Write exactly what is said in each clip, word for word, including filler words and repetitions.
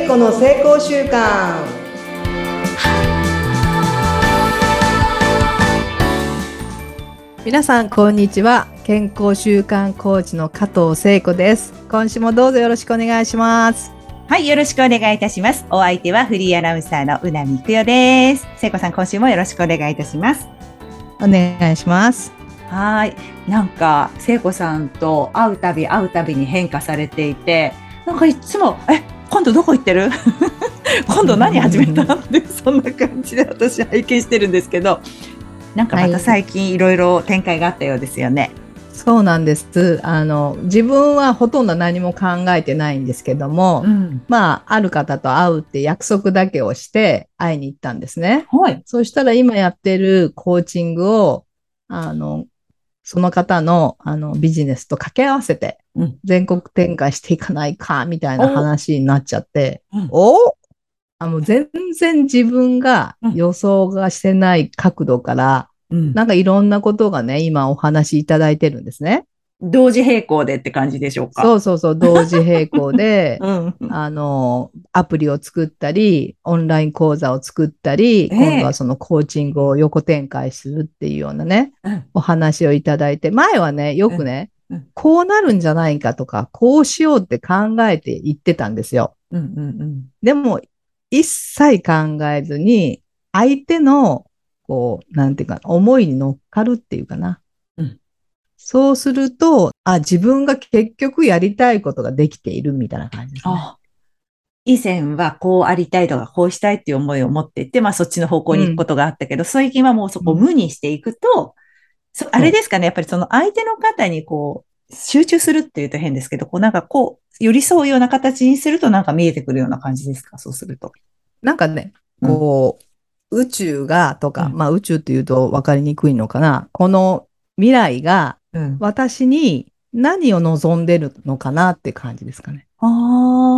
子の成功習慣。皆さんこんにちは。健康習慣コーチの加藤聖子です。今週もどうぞよろしくお願いします。 はい、よろしくお願いいたします。お相手はフリーアナウンサーのうなみいくよです。聖子さん、今週もよろしくお願いいたします。 お願いします。 はい、なんか聖子さんと会うたび会うたびに変化されていて、なんかいつもえ今度どこ行ってる今度何始めたってそんな感じで私拝見してるんですけど、なんかまた最近いろいろ展開があったようですよね。 そうなんです。あの自分はほとんど何も考えてないんですけども、うん、まあある方と会うって約束だけをして会いに行ったんですね。 はい。 そしたら今やってるコーチングをあのその方のあのビジネスと掛け合わせて全国展開していかないかみたいな話になっちゃって、うん、おあもう全然自分が予想がしてない角度から、うん、なんかいろんなことがね、今お話しいただいてるんですね。 同時並行でって感じでしょうか。 そうそうそう、同時並行で、うん、あの、アプリを作ったり、オンライン講座を作ったり、えー、今度はそのコーチングを横展開するっていうようなね、うん、お話をいただいて、前はね、よくね、うんうん、こうなるんじゃないかとか、こうしようって考えて言ってたんですよ。うんうんうん、でも、一切考えずに、相手の、こう、なんていうか、思いに乗っかるっていうかな。うん、そうすると、あ、自分が結局やりたいことができているみたいな感じですね。あ、 以前はこうありたいとか、こうしたいっていう思いを持っていて、まあそっちの方向に行くことがあったけど、うん、最近はもうそこを無にしていくと、うん、あれですかね、やっぱりその相手の方にこう、集中するっていうと変ですけど、こうなんかこう、寄り添うような形にするとなんか見えてくるような感じですか、そうすると。 なんかね、こう、うん、宇宙がとか、うん、まあ宇宙っていうと分かりにくいのかな。この未来が私に何を望んでるのかなって感じですかね。 うん、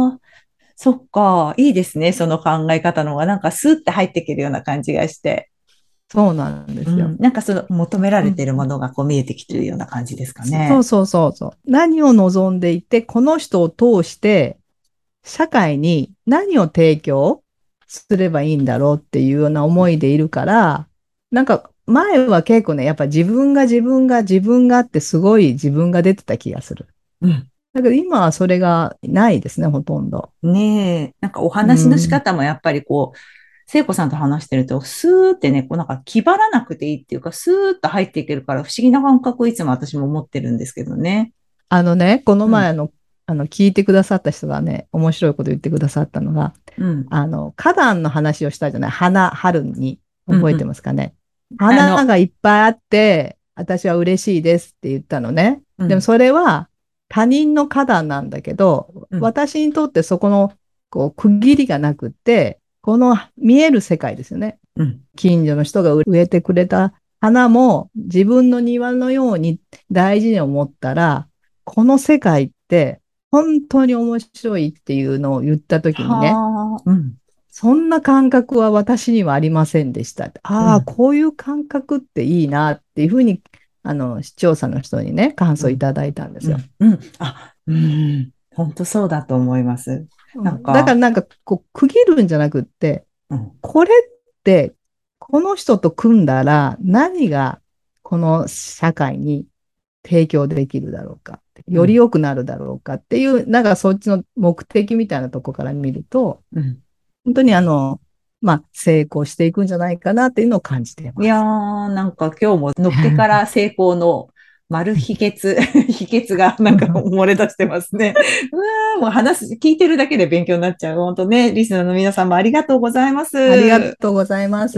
ああ、そっか、いいですね、その考え方の方がなんかスーって入ってくるような感じがして。 そうなんですよ。うん、 なんかその求められているものがこう見えてきているような感じですかね。 そうそうそうそう。何を望んでいて、この人を通して社会に何を提供すればいいんだろうっていうような思いでいるから、なんか前は結構ね、やっぱ自分が自分が自分がってすごい自分が出てた気がする。うん。だけど今はそれがないですね、ほとんど。 ねえ。なんかお話の仕方もやっぱりこう、聖子さんと話してると、スーってね、こうなんか気張らなくていいっていうか、スーッと入っていけるから不思議な感覚をいつも私も持ってるんですけどね。 あのね、この前の、うん、あの、聞いてくださった人がね、面白いこと言ってくださったのが、うん、あの、花壇の話をしたじゃない、花、春に。覚えてますかね。うんうん、花がいっぱいあって、私は嬉しいですって言ったのね。うん、でもそれは他人の花壇なんだけど、うん、私にとってそこのこう区切りがなくって、この見える世界ですよね。うん、近所の人が植えてくれた花も自分の庭のように大事に思ったら、この世界って本当に面白いっていうのを言ったときにね、うん、そんな感覚は私にはありませんでした。ああ、うん、こういう感覚っていいなっていうふうに、あの、視聴者の人にね、感想いただいたんですよ。 うん。うん、あ、うん。本当そうだと思います。 なんかだからなんか、こう、区切るんじゃなくって、うん、これって、この人と組んだら何がこの社会に提供できるだろうか、より良くなるだろうかっていう、うん、なんかそっちの目的みたいなとこから見ると、うん本当にあの、まあ、成功していくんじゃないかなっていうのを感じています。 いやー、なんか今日ものっけから成功の丸秘訣、秘訣がなんか漏れ出してますね。うわー、もう話、聞いてるだけで勉強になっちゃう。本当ね、リスナーの皆さんもありがとうございます。 ありがとうございます。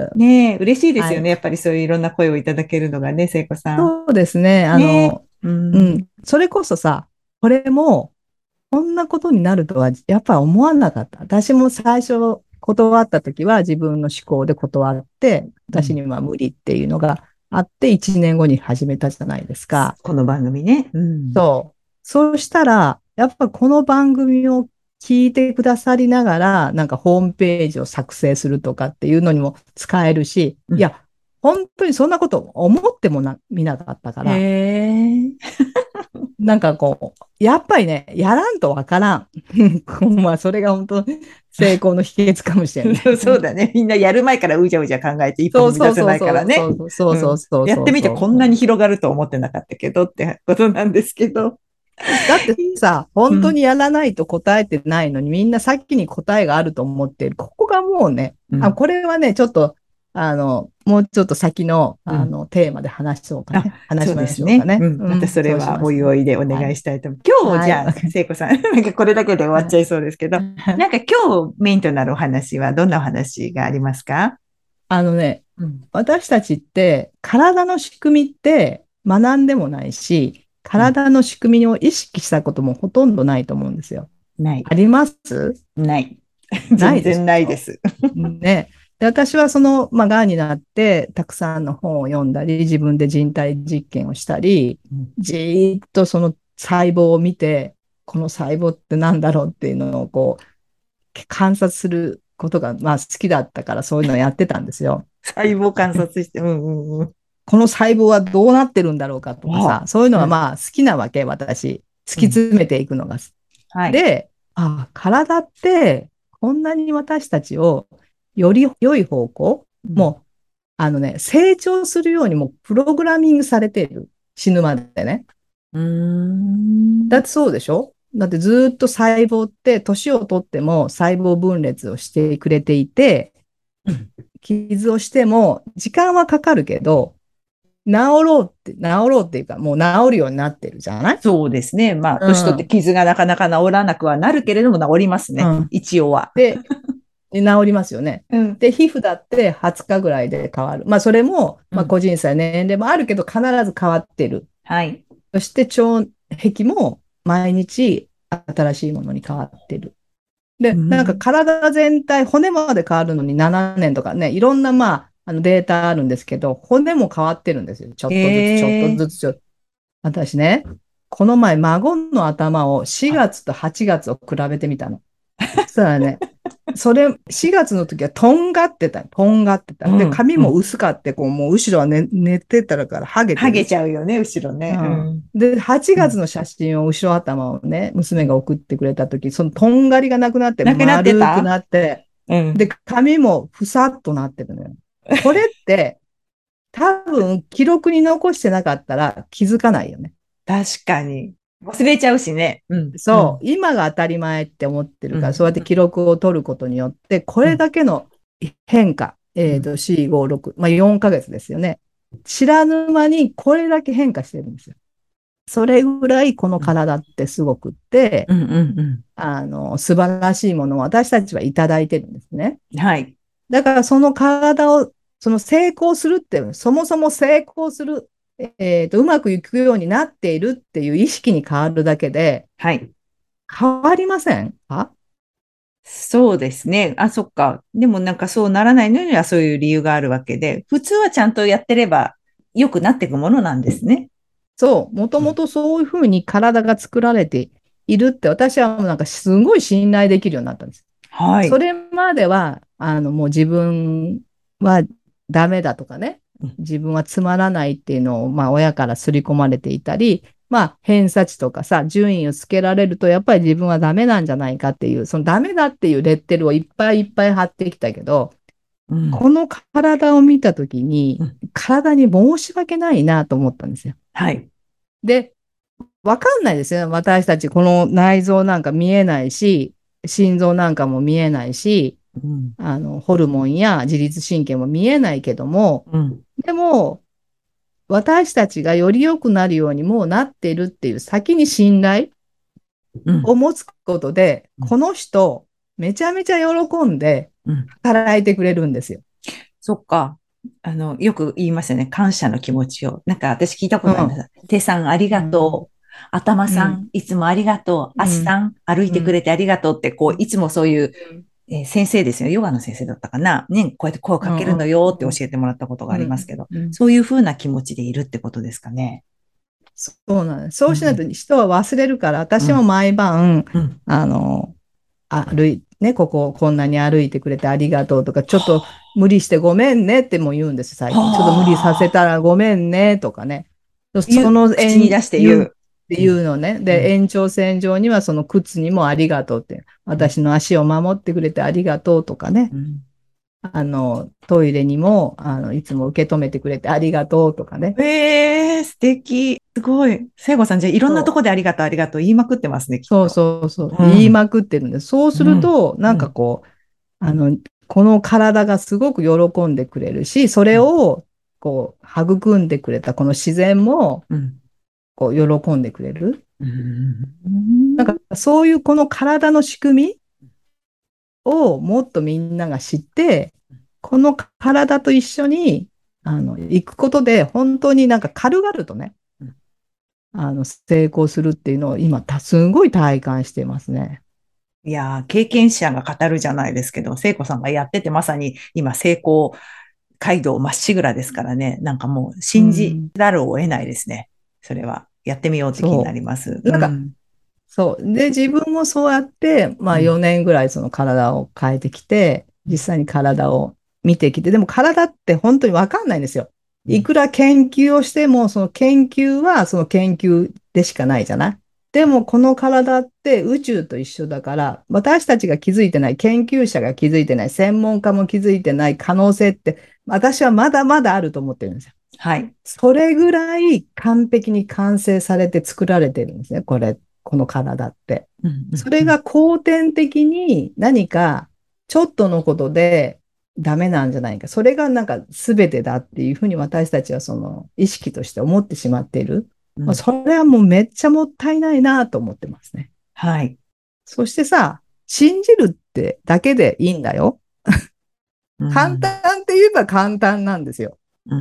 ねえ、嬉しいですよね。はい、やっぱりそういういろんな声をいただけるのがね、聖子さん。 そうですね。あの、ねうん、うん。それこそさ、これも、こんなことになるとは、やっぱ思わなかった。私も最初、断った時は自分の思考で断って、私には無理っていうのがあって、いちねんごに始めたじゃないですか。 この番組ね。 うん、そう。そうしたら、やっぱこの番組を聞いてくださりながら、なんかホームページを作成するとかっていうのにも使えるし、うん、いや、本当にそんなこと思ってもな、見なかったから。へーなんかこう、やっぱりね、やらんとわからん。まあ、それが本当、成功の秘訣かもしれない。 そうだね。みんなやる前からうじゃうじゃ考えて一歩そう踏み出せなそうそうそいからね。 うそうそううん。 そうそうやってみてそうそこんなにう。 広がると思ってなかったけどってことなんですけど。 だってさ、 うん。 本当にやらないと答えてないのに、みんなさっきに答えがあると思っている。ここがもうね、あ、 うん。 これはね、ちょっと、あの、もうちょっと先の、 うん。 あの、テーマで話そうかあ、 ね。話そうしまですね。 しょうかね。 うん。またうん、そうしそれはますね。 おいおいでおはい。 願いしたいと思う。今日はい。 じゃあ、聖子さん、なんかこれだけで終わっちゃいそうですけど、なんか今日メインとなるお話はどんなお話がありますか？ あのね、 うん。 私たちって体の仕組みって学んでもないし、 うん。 体の仕組みを意識したこともほとんどないと思うんですよ。 ない。 ありますない。 ないで全然ないでしょす。 ね。で、私はその、まあ、癌になって、たくさんの本を読んだり、自分で人体実験をしたり、 うん。 じーっとその細胞を見て、この細胞ってなんだろうっていうのをこう、観察することが、まあ、好きだったから、そういうのをやってたんですよ。 細胞観察して、うんうんうん。 この細胞はどうなってるんだろうかとかわあ。 さ、そういうのうん。 がまあ好きなわけ、私。突きうん。 詰めていくのが。 はい。 で、あ、体ってこんなに私たちをより良い方向、 うん。 もう、あのね、成長するようにもうプログラミングされている。死ぬまでね。 うーん。 だってそうでしょ？だってずっと細胞って年をとっても細胞分裂をしてくれていて、 うん。 傷をしても時間はかかるけど、治ろうって、治ろうっていうか、もう治るようになってるじゃない？ そうですね。まあ、 う年取ってん。 傷がなかなか治らなくはなるけれども治りますね。 うん。 一応は。 で、治りますよね。 うん。 で、皮膚だってはつかぐらいで変わる。まあ、それも、まあ、 うん。 個人差や年齢もあるけど、必ず変わってる。 はい。 そして、腸壁も毎日新しいものに変わってる。で、なんかうん。 体全体、骨まで変わるのにななねんとかね、いろんな、まあ、あのデータあるんですけど、骨も変わってるんですよ。ちょっとずつ、ちょっとええ。 ずつ、ちょっと。私ね、この前、孫の頭をしがつとはちがつを比べてみたの。そしたらね、それ、しがつの時はとんがってた。とんがってた。で、 うん。 髪もうん。 薄かって、こう、もう後ろは寝、寝てたから、ハゲハゲてる。 ちゃうよね、後ろね。ううん。 ん。 で、8 うん。 月の写真を、後ろ頭をね、娘がうん。 送ってくれた時、そのとんがりがなくなって、 なくなって丸くた？ なって、で、 うん。 髪もふさっとなってるのよ。これって、多分、記録に残してなかったら気づかないよね。 確かに。忘れちゃうしね。うん。うん。 そう、今が当たり前って思ってるから、 うん。 そうやって記録を取ることによって、これうん。 だけの変化、 うん。 えっと、よん、ご、ろく、まあ、よんかげつですよね。知らぬ間にこれだけ変化してるんですよ。それぐらいこのうん。 体ってすごくって、 うん。うん。 あの、素晴らしいものを私たちはいただいてるんですね。 はい。 だからその体を、その成功するって、そもそも成功する、えっと、うまくいくようになっているっていう意識に変わるだけで、 はい。 変わりませんか？ そうですね。あ、そっか。でもなんかそうならないのにはそういう理由があるわけで、普通はちゃんとやってれば良くなっていくものなんですね。 そう、もとうん。 もとそういうふうに体が作られているって私はもうなんかすごい信頼できるようになったんです。 はい。 それまでは、あのもう自分はダメだとかね、 うん。 自分はつまらないっていうのを、まあ親から刷り込まれていたり、まあ偏差値とかさ、順位をつけられるとやっぱり自分はダメなんじゃないかっていう、そのダメだっていうレッテルをいっぱいいっぱい貼ってきたけど、 うん。 この体を見たときに、 うん。 体に申し訳ないなと思ったんですよ。 はい。 で、わかんないですよ。私たち、この内臓なんか見えないし、心臓なんかも見えないし、 うん。 あの、ホルモンや自律神経も見えないけども、 うん。 でも、私たちがより良くなるようにもうなっているっていう先に信頼うん。 を持つことで、 うん。 この人、めちゃめちゃ喜んでうん。 働いてくれるんですよ。 そっか。あの、よく言いますよね。感謝の気持ちを。なんか私聞いたこうん。 とあります。手さんありうん。 がとう。頭うん。 さん、いつもありがとう。 うん。 足さん、歩いてくれうん。 てありがとうって、こう、いつもそういう、 うん。 えー先生ですよ。ヨガの先生だったかな。ね、こうやって声をかけるのうん。 よってうん。 教えてもらったことがあうん。 りますけど、 うん。 そういう風な気持ちでいるってことですかね。 そうなんです。そうしないとうん。 人は忘れるから、 うん。 私も毎晩、 うん。 あの、歩い、ね、こここんなに歩いてくれてありがとうとか、ちょっと無理してごめんねっても言うんです、最近。ちょっと無理させはあ。 たらごめんねとかね。そ言う、 の口に縁、 出して言う、 言う。 っていうのね。で、延長線上にはその靴にもありがとうって、私の足を守ってくれてありがとうとかね。うん、あの、トイレにも、あの、いつも受け止めてくれてありがとうとかね。 えー、素敵。すごい。聖子さん、じゃあいろんなとこでありがとう、ありがとう言いまくってますね、きっと。 そうそうそう。うん、言いまくってるんで、そうすると、うん、なんかこう、あの、この体がすごく喜んでくれるし、それを、こう、育んでくれたこの自然も、こう、喜んでくれる。うん、なんか、そういうこの体の仕組みをもっとみんなが知って、この体と一緒に、あの、行くことで、本当になんか軽々とね、あの、成功するっていうのを今、すごい体感してますね。 いやー、経験者が語るじゃないですけど、聖子さんがやっててまさに今成功街道まっしぐらですからね。なんかもう信じざるを得ないですね。うん、それは。やってみようって気になります。 なんか、うん、そう。で、自分もそうやって、まあよねんぐらいその体を変えてきて、うん、実際に体を見てきて、でも体って本当にわかんないんですよ。いくら研究をしても、その研究はその研究でしかないじゃない。でもこの体って宇宙と一緒だから、私たちが気づいてない、研究者が気づいてない、専門家も気づいてない可能性って、私はまだまだあると思ってるんですよ。 はい。 それぐらい完璧に完成されて作られてるんですね、これ、この体って。それが後天的に何かちょっとのことでダメなんじゃないか。それがなんか全てだっていうふうに私たちはその意識として思ってしまっている。うん、それはもうめっちゃもったいないなと思ってますね。 はい。 そしてさ、信じるってだけでいいんだよ。うん、簡単って言えば簡単なんですよ。うん、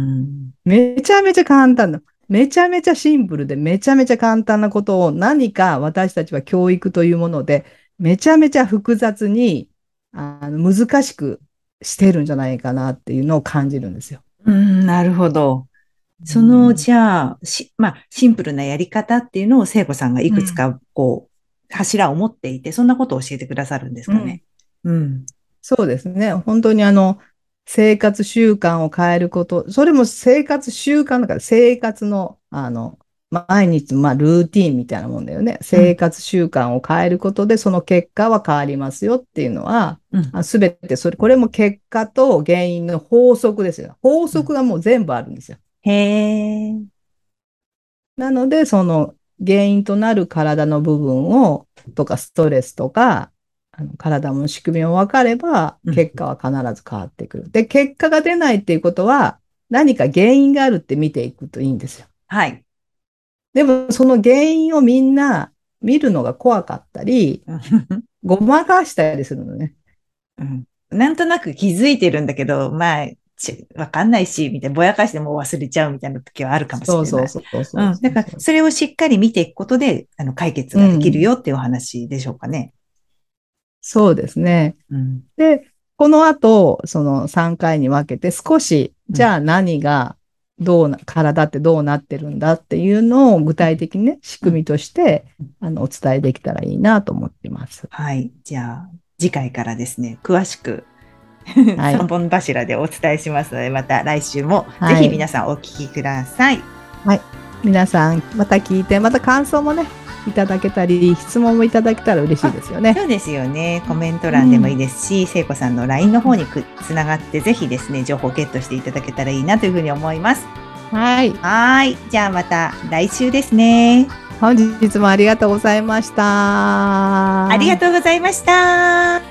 めちゃめちゃ簡単だ。めちゃめちゃシンプルでめちゃめちゃ簡単なことを何か私たちは教育というものでめちゃめちゃ複雑にあの難しくしてるんじゃないかなっていうのを感じるんですよ。 うん、なるほど。その、じゃあ、し、まあ、シンプルなやり方っていうのを聖子さんがいくつか、こう、柱を持っていて、そんなことを教えてくださるんですかね。 うん。うん、そうですね。本当にあの、生活習慣を変えること、それも生活習慣だから生活の、あの、毎日、まあ、ルーティーンみたいなもんだよね。生活習慣を変えることで、その結果は変わりますよっていうのは、すべ、うん、て、それ、これも結果と原因の法則ですよ。法則がもう全部あるんですよ。 うん、へー。 なので、その原因となる体の部分を、とかストレスとか、あの体の仕組みを分かれば、結果は必ず変わってくる。うん、で、結果が出ないっていうことは、何か原因があるって見ていくといいんですよ。 はい。 でも、その原因をみんな見るのが怖かったり、ごまかしたりするのね。 うん。なんとなく気づいてるんだけど、まあ、わかんないし、みたいな、ぼやかしても忘れちゃうみたいな時はあるかもしれない。 そうそうそうそう。 うん。だから、それをしっかり見ていくことで、あの、解決ができるよっていうお話でしょうかね。うん、 そうですね。うん、で、この後、そのさんかいに分けて少し、じゃあ何がどうな、体ってどうなってるんだっていうのを具体的にね、仕組みとして、あの、お伝えできたらいいなと思っています。 はい。じゃあ、次回からですね、詳しく、はい、さんぼん柱でお伝えしますので、また来週もぜひ皆さんお聞きください。 はい。皆さん、また聞いて、また感想もね、いただけたり、質問もいただけたら嬉しいですよね。 そうですよね。コメント欄でもいいですし、聖子さんの ライン の方にくつながって、ぜひですね、情報をゲットしていただけたらいいなというふうに思います。 はい。 はい。じゃあまた来週ですね。 本日もありがとうございました。 ありがとうございました。